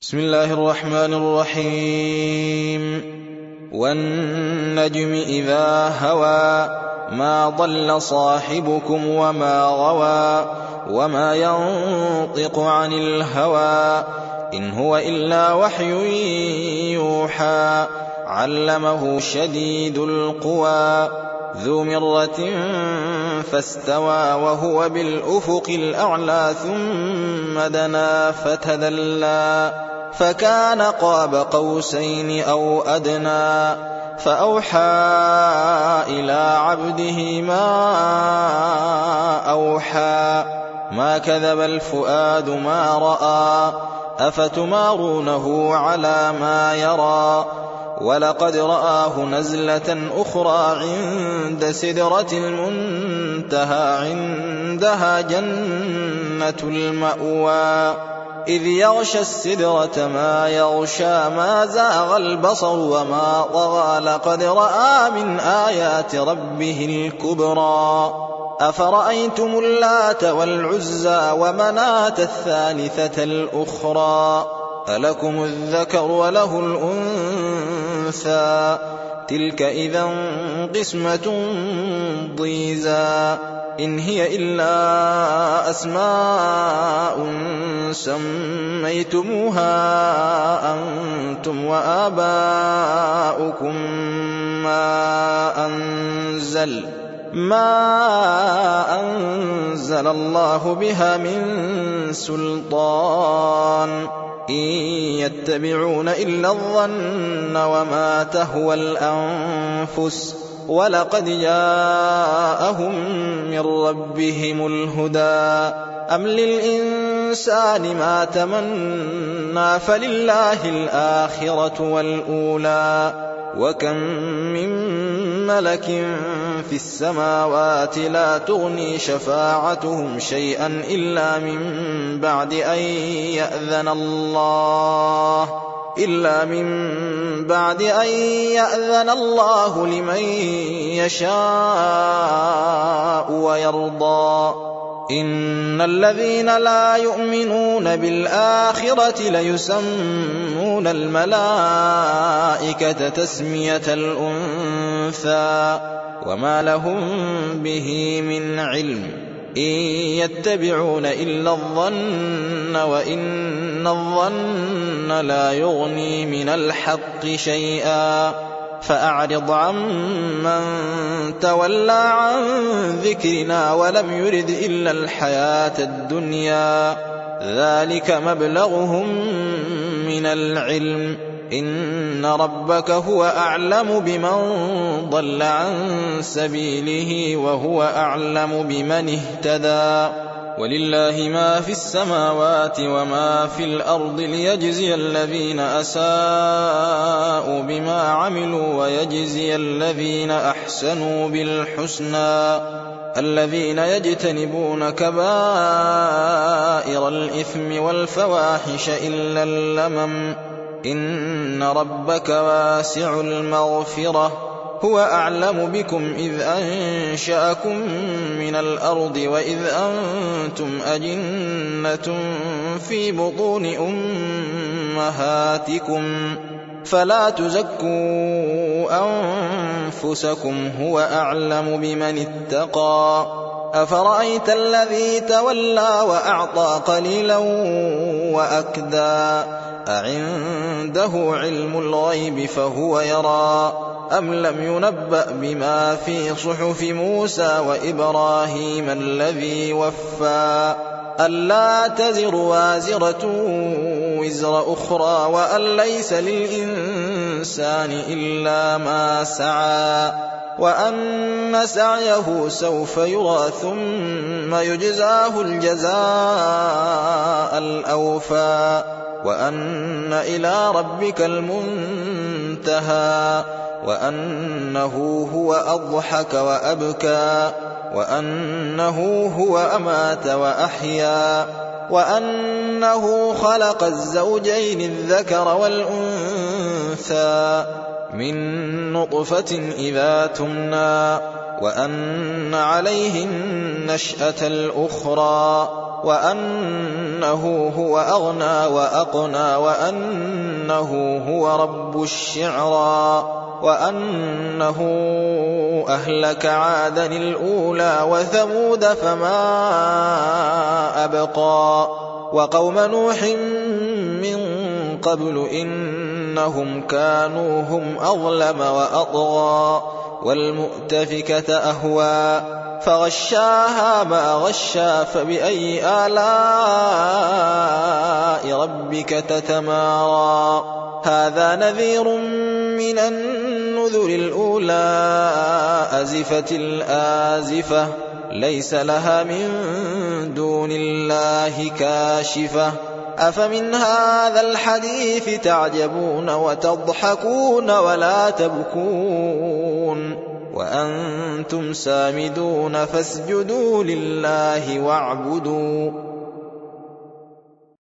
بسم الله الرحمن الرحيم والنجم إذا هوى ما ضل صاحبكم وما غوى وما ينطق عن الهوى إن هو إلا وحي يوحى علمه شديد القوى ذو مرة فاستوى وهو بالأفق الأعلى ثم دنا فتدلى فكان قاب قوسين أو أدنى فأوحى إلى عبده ما أوحى ما كذب الفؤاد ما رأى أفتمارونه على ما يرى ولقد رآه نزلة أخرى عند سدرة المنتهى عندها جنة المأوى إذ يغشى السدرة ما يغشى ما زاغ البصر وما طغى لقد رأى من آيات ربه الكبرى أفرأيتم اللات والعزى ومناة الثالثة الأخرى ألكم الذكر وله الأنثى تلك إذا قسمة ضيزى إن هي إلا أسماء سميتموها أنتم وآباؤكم ما أنزل الله بها من سلطان إن يتبعون إلا الظن وما تهوى الأنفس ولقد جاءهم من ربهم الهدى أم للإنسان ما تمنى فلله الآخرة والأولى وكم من ملك في السماوات لا تغني شفاعتهم شيئا إلا من بعد أن يأذن الله لمن يشاء ويرضى إن الذين لا يؤمنون بالآخرة ليسمون الملائكة تسمية الأنثى وما لهم به من علم إن يتبعون إلا الظن وإن الظن لا يغني من الحق شيئا فأعرض عمن تولى عن ذكرنا ولم يرد إلا الحياة الدنيا ذلك مبلغهم من العلم إن ربك هو أعلم بمن ضل عن سبيله وهو أعلم بمن اهتدى ولله ما في السماوات وما في الأرض ليجزي الذين أساءوا بما عملوا ويجزي الذين أحسنوا بالحسنى الذين يجتنبون كبائر الإثم والفواحش إلا اللمم إن ربك واسع المغفرة هو أعلم بكم إذ أنشأكم من الأرض وإذ أنتم أجنة في بطون أمهاتكم فلا تزكوا أنفسكم هو أعلم بمن اتقى أفرأيت الذي تولى وأعطى قليلا وأكدى أعنده علم الغيب فهو يرى أم لم ينبأ بما في صحف موسى وإبراهيم الذي وفى ألا تزر وازرة وزر أخرى وأن ليس للإنسان إلا ما سعى وأن سعيه سوف يرى ثم يجزاه الجزاء الأوفى وأن إلى ربك المنتهى وأنه هو أضحك وأبكى وأنه هو أمات وأحيا وأنه خلق الزوجين الذكر والأنثى من نطفة إذا تمنى وأن عليه النشأة الأخرى وأنه هو أغنى وأقنى وأنه هو رب الشعرى وأنه أهلك عادا الأولى وثمود فما أبقى وقوم نوح من قبل إنهم كانوا هم أظلم وأطغى والمؤتفكة أهوى فغشاها ما غشى فبأي آلاء ربك تتمارى هذا نذير من النذر الأولى أزفت الآزفة ليس لها من دون الله كاشفة أفمن هذا الحديث تعجبون وتضحكون ولا تبكون وأنتم سامدون فاسجدوا لله واعبدوا